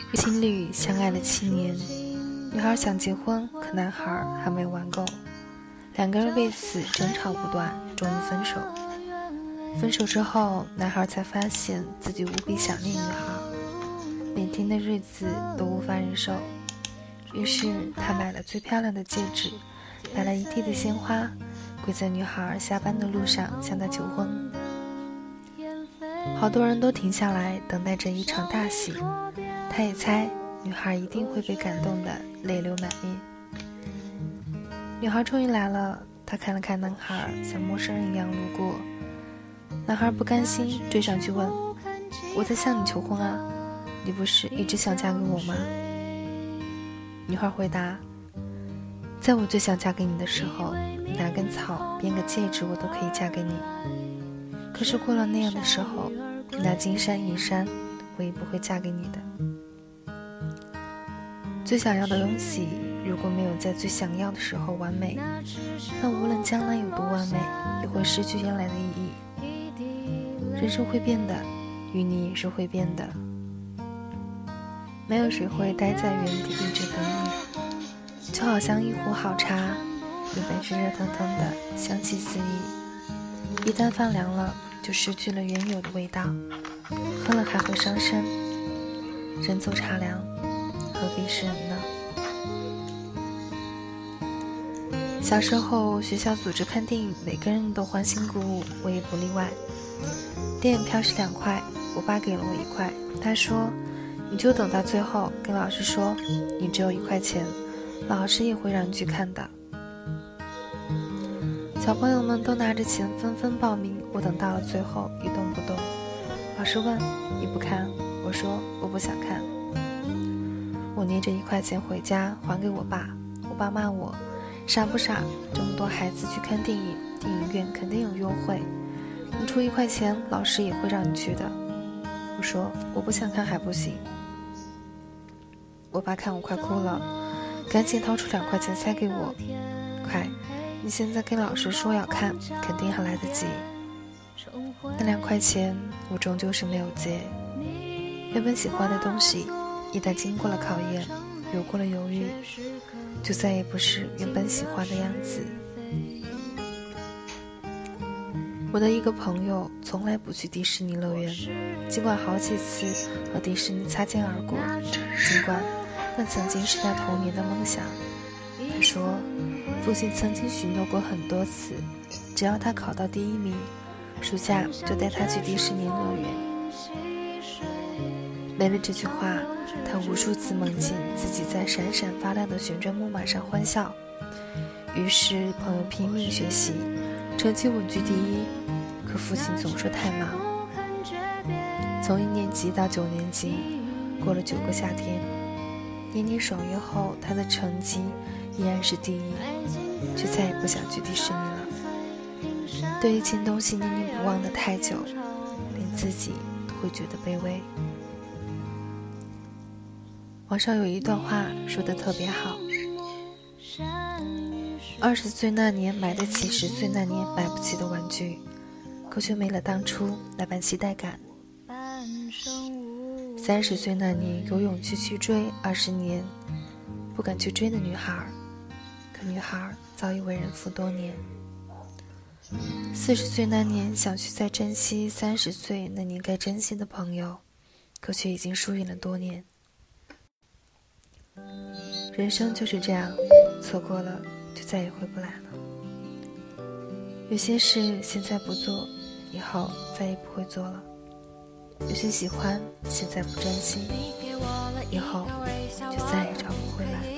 情侣相爱了7年，女孩想结婚，可男孩还没玩够，两个人为此争吵不断，终于分手。分手之后，男孩才发现自己无比想念女孩，每天的日子都无法忍受，于是他买了最漂亮的戒指，买了一地的鲜花，跪在女孩下班的路上向她求婚。好多人都停下来等待着一场大喜，他也猜女孩一定会被感动得泪流满面。女孩终于来了，她看了看男孩，像陌生人一样路过。男孩不甘心，追上去问：我在向你求婚啊，你不是一直想嫁给我吗？女孩回答：在我最想嫁给你的时候，你拿根草编个戒指我都可以嫁给你，可是过了那样的时候，你拿金山银山我也不会嫁给你的。最想要的东西如果没有在最想要的时候完美，那无论将来有多完美，也会失去原来的意义。人生会变的，与你也是会变的，没有谁会待在原地一直等你，就好像一壶好茶，原本是热腾腾的，香气四溢，一旦放凉了，就失去了原有的味道，喝了还会伤身。人走茶凉，何必是人呢？小时候学校组织看电影，每个人都欢欣鼓舞，我也不例外。电影票是2块，我爸给了我1块，他说你就等到最后跟老师说你只有1块钱，老师也会让你去看的。小朋友们都拿着钱纷纷报名，我等到了最后一动不动。老师问你不看，我说我不想看。我捏着1块钱回家还给我爸，我爸骂我傻不傻，这么多孩子去看电影，电影院肯定有优惠，你出1块钱，老师也会让你去的。我说我不想看还不行。我爸看我快哭了，赶紧掏出2块钱塞给我，快，你现在跟老师说要看，肯定还来得及。那2块钱我终究是没有接。原本喜欢的东西，一旦经过了考验，有过了犹豫，就再也不是原本喜欢的样子。我的一个朋友从来不去迪士尼乐园，尽管好几次和迪士尼擦肩而过，尽管那曾经是他童年的梦想。他说父亲曾经许诺过很多次，只要他考到第1名，暑假就带他去迪士尼乐园。为了这句话，他无数次梦见自己在闪闪发亮的旋转木马上欢笑。于是朋友拼命学习，成绩稳居第1，可父亲总说太忙。从1年级到9年级，过了9个夏天，年年爽约后，他的成绩依然是第1，却再也不想去迪士尼了。对一件东西念念不忘的太久，连自己都会觉得卑微。网上有一段话说得特别好：20岁那年买得起10岁那年买不起的玩具，可却没了当初那般期待感。30岁那年有勇气去追20年不敢去追的女孩，可女孩早已为人妇多年。40岁那年想去再珍惜30岁那年该珍惜的朋友，可却已经疏远了多年。人生就是这样，错过了就再也回不来了。有些事现在不做，以后再也不会做了。有些喜欢现在不珍惜，以后就再也找不回来。